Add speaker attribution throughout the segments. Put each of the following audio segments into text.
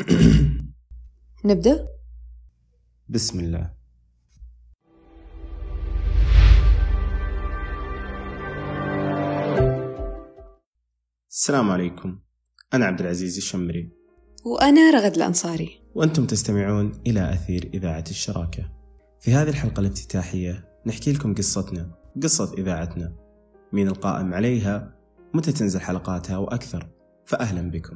Speaker 1: نبدأ؟
Speaker 2: بسم الله. السلام عليكم، أنا عبد العزيز الشمري،
Speaker 1: وأنا رغد الأنصاري،
Speaker 2: وأنتم تستمعون إلى أثير إذاعة الشراكة. في هذه الحلقة الافتتاحية نحكي لكم قصتنا، قصة إذاعتنا، مين القائم عليها، متى تنزل حلقاتها وأكثر. فأهلا بكم.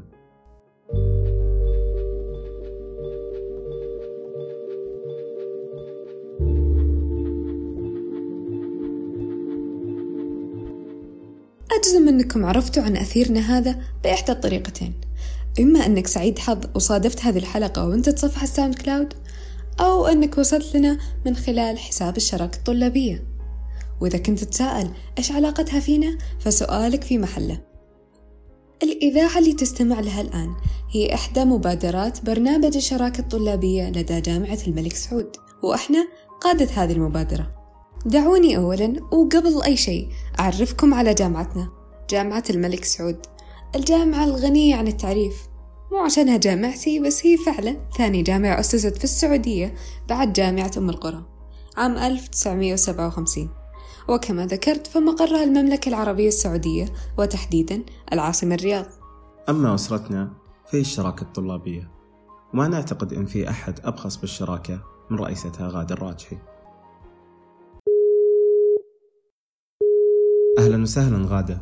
Speaker 1: أجزم أنكم عرفتوا عن أثيرنا هذا بإحدى الطريقتين، إما أنك سعيد حظ وصادفت هذه الحلقة وأنت تصفح الساوند كلاود، أو أنك وصلت لنا من خلال حساب الشراكة الطلابية. وإذا كنت تتساءل إيش علاقتها فينا، فسؤالك في محله. الإذاعة اللي تستمع لها الآن هي إحدى مبادرات برنامج الشراكة الطلابية لدى جامعة الملك سعود، وإحنا قادة هذه المبادرة. دعوني أولاً وقبل أي شيء أعرفكم على جامعتنا، جامعة الملك سعود، الجامعة الغنية عن التعريف. مو عشانها جامعتي بس، هي فعلاً ثاني جامعة أسست في السعودية بعد جامعة أم القرى عام 1957، وكما ذكرت فمقرها المملكة العربية السعودية، وتحديداً العاصمة الرياض.
Speaker 2: أما أسرتنا فهي الشراكة الطلابية، وما نعتقد أن في أحد أبخص بالشراكة من رئيستها غادة الراجحي. أهلا وسهلا غادة.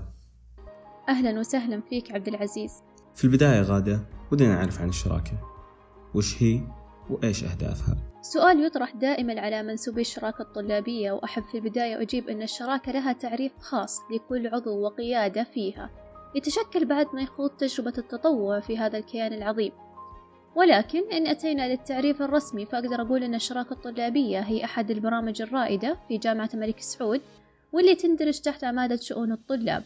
Speaker 3: أهلا وسهلا فيك عبد العزيز.
Speaker 2: في البداية غادة، ودنا نعرف عن الشراكة، وش هي وإيش أهدافها؟
Speaker 3: سؤال يطرح دائما على منسوبي الشراكة الطلابية، وأحب في البداية أجيب أن الشراكة لها تعريف خاص لكل عضو وقيادة فيها، يتشكل بعد ما يخوض تجربة التطوع في هذا الكيان العظيم. ولكن إن أتينا للتعريف الرسمي، فأقدر أقول أن الشراكة الطلابية هي أحد البرامج الرائدة في جامعة الملك سعود، واللي تندرج تحت عمادة شؤون الطلاب.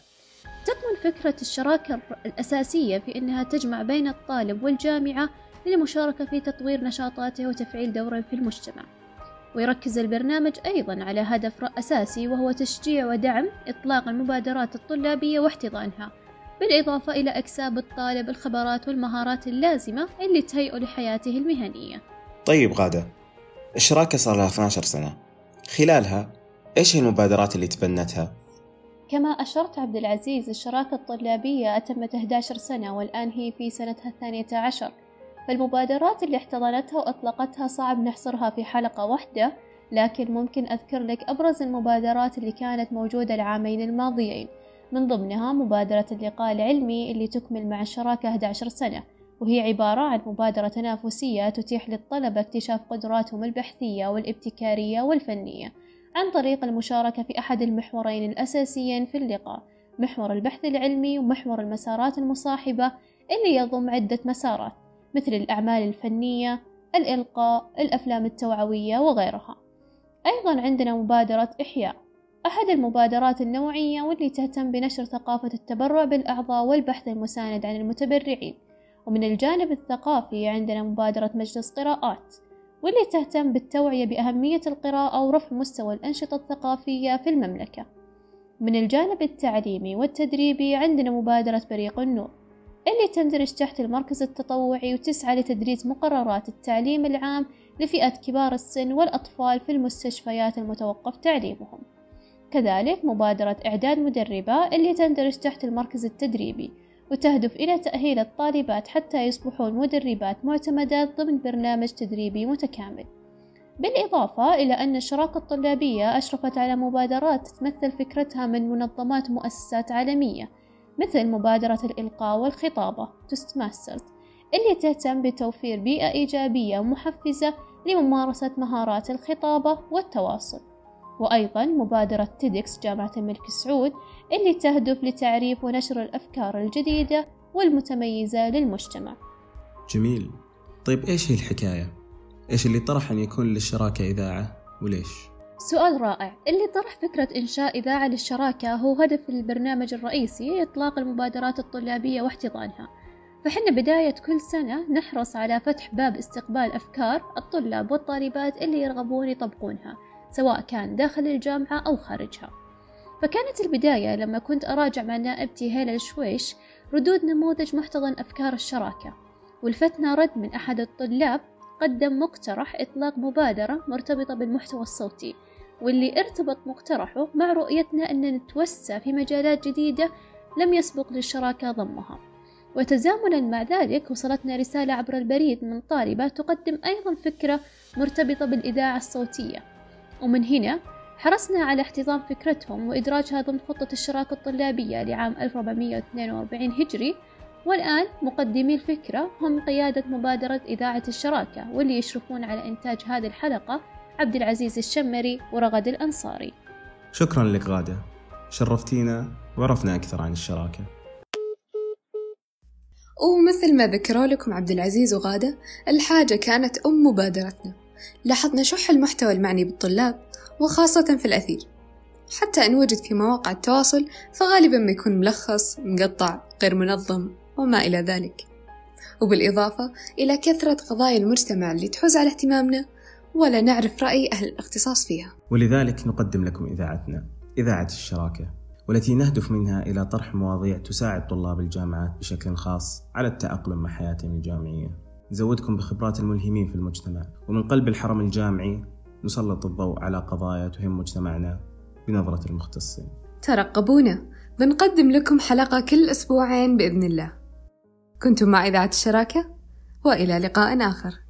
Speaker 3: تكمن فكرة الشراكة الأساسية في أنها تجمع بين الطالب والجامعة للمشاركة في تطوير نشاطاته وتفعيل دوره في المجتمع. ويركز البرنامج أيضا على هدف أساسي، وهو تشجيع ودعم إطلاق المبادرات الطلابية واحتضانها، بالإضافة إلى إكساب الطالب الخبرات والمهارات اللازمة اللي تهيئه لحياته المهنية.
Speaker 2: طيب غادة، الشراكة صار لها 12 سنة، خلالها إيش هي المبادرات اللي تبنتها؟
Speaker 3: كما أشرت عبد العزيز، الشراكة الطلابية أتمت 11 سنة، والآن هي في سنتها 12. فالمبادرات اللي احتضنتها وأطلقتها صعب نحصرها في حلقة واحدة، لكن ممكن أذكر لك أبرز المبادرات اللي كانت موجودة العامين الماضيين. من ضمنها مبادرة اللقاء العلمي اللي تكمل مع الشراكة 11 سنة، وهي عبارة عن مبادرة تنافسية تتيح للطلبة اكتشاف قدراتهم البحثية والابتكارية والفنية عن طريق المشاركة في أحد المحورين الأساسيين في اللقاء، محور البحث العلمي ومحور المسارات المصاحبة، اللي يضم عدة مسارات مثل الأعمال الفنية، الإلقاء، الأفلام التوعوية وغيرها. أيضا عندنا مبادرة إحياء، أحد المبادرات النوعية واللي تهتم بنشر ثقافة التبرع بالأعضاء والبحث المساند عن المتبرعين. ومن الجانب الثقافي عندنا مبادرة مجلس قراءات، واللي تهتم بالتوعية بأهمية القراءة ورفع مستوى الأنشطة الثقافية في المملكة. من الجانب التعليمي والتدريبي عندنا مبادرة بريق النور، اللي تندرج تحت المركز التطوعي وتسعى لتدريس مقررات التعليم العام لفئة كبار السن والأطفال في المستشفيات المتوقف تعليمهم. كذلك مبادرة إعداد مدربة، اللي تندرج تحت المركز التدريبي وتهدف إلى تأهيل الطالبات حتى يصبحون مدربات معتمدات ضمن برنامج تدريبي متكامل. بالإضافة إلى أن الشراكة الطلابية أشرفت على مبادرات تمثل فكرتها من منظمات ومؤسسات عالمية، مثل مبادرة الإلقاء والخطابة توستماسترز، اللي تهتم بتوفير بيئة إيجابية ومحفزة لممارسة مهارات الخطابة والتواصل. وأيضا مبادرة تيدكس جامعة الملك سعود، اللي تهدف لتعريف ونشر الأفكار الجديدة والمتميزة للمجتمع.
Speaker 2: جميل. طيب إيش هي الحكاية؟ إيش اللي طرح أن يكون للشراكة إذاعة وليش؟
Speaker 3: سؤال رائع. اللي طرح فكرة إنشاء إذاعة للشراكة هو هدف البرنامج الرئيسي، إطلاق المبادرات الطلابية واحتضانها. فحنا بداية كل سنة نحرص على فتح باب استقبال أفكار الطلاب والطالبات اللي يرغبون يطبقونها، سواء كان داخل الجامعة أو خارجها. فكانت البداية لما كنت أراجع مع نائبتي هيلا الشويش ردود نموذج محتضن أفكار الشراكة، ولفتنا رد من أحد الطلاب قدم مقترح إطلاق مبادرة مرتبطة بالمحتوى الصوتي، واللي ارتبط مقترحه مع رؤيتنا أن نتوسع في مجالات جديدة لم يسبق للشراكة ضمها. وتزامنا مع ذلك وصلتنا رسالة عبر البريد من طالبة تقدم أيضا فكرة مرتبطة بالإذاعة الصوتية، ومن هنا حرصنا على احتضان فكرتهم وإدراجها ضمن خطة الشراكة الطلابية لعام 1442 هجري. والآن مقدمي الفكرة هم قيادة مبادرة إذاعة الشراكة، واللي يشرفون على إنتاج هذه الحلقة عبد العزيز الشمري ورغد الأنصاري.
Speaker 2: شكرا لك غادة، شرفتينا وعرفنا أكثر عن الشراكة.
Speaker 1: ومثل ما ذكروا لكم عبد العزيز وغادة، الحاجة كانت مبادرتنا. لاحظنا شح المحتوى المعني بالطلاب وخاصة في الأثير، حتى إن وجد في مواقع التواصل فغالبا ما يكون ملخص، مقطع، غير منظم وما إلى ذلك، وبالإضافة إلى كثرة قضايا المجتمع اللي تحوز على اهتمامنا ولا نعرف رأي أهل الاختصاص فيها.
Speaker 2: ولذلك نقدم لكم إذاعتنا، إذاعة الشراكة، والتي نهدف منها إلى طرح مواضيع تساعد طلاب الجامعات بشكل خاص على التأقلم مع حياتهم الجامعية، نزودكم بخبرات الملهمين في المجتمع، ومن قلب الحرم الجامعي نسلط الضوء على قضايا تهم مجتمعنا بنظرة المختصين.
Speaker 1: ترقبونا، بنقدم لكم حلقة كل أسبوعين بإذن الله. كنتم مع إذاعة الشراكة، وإلى لقاء آخر.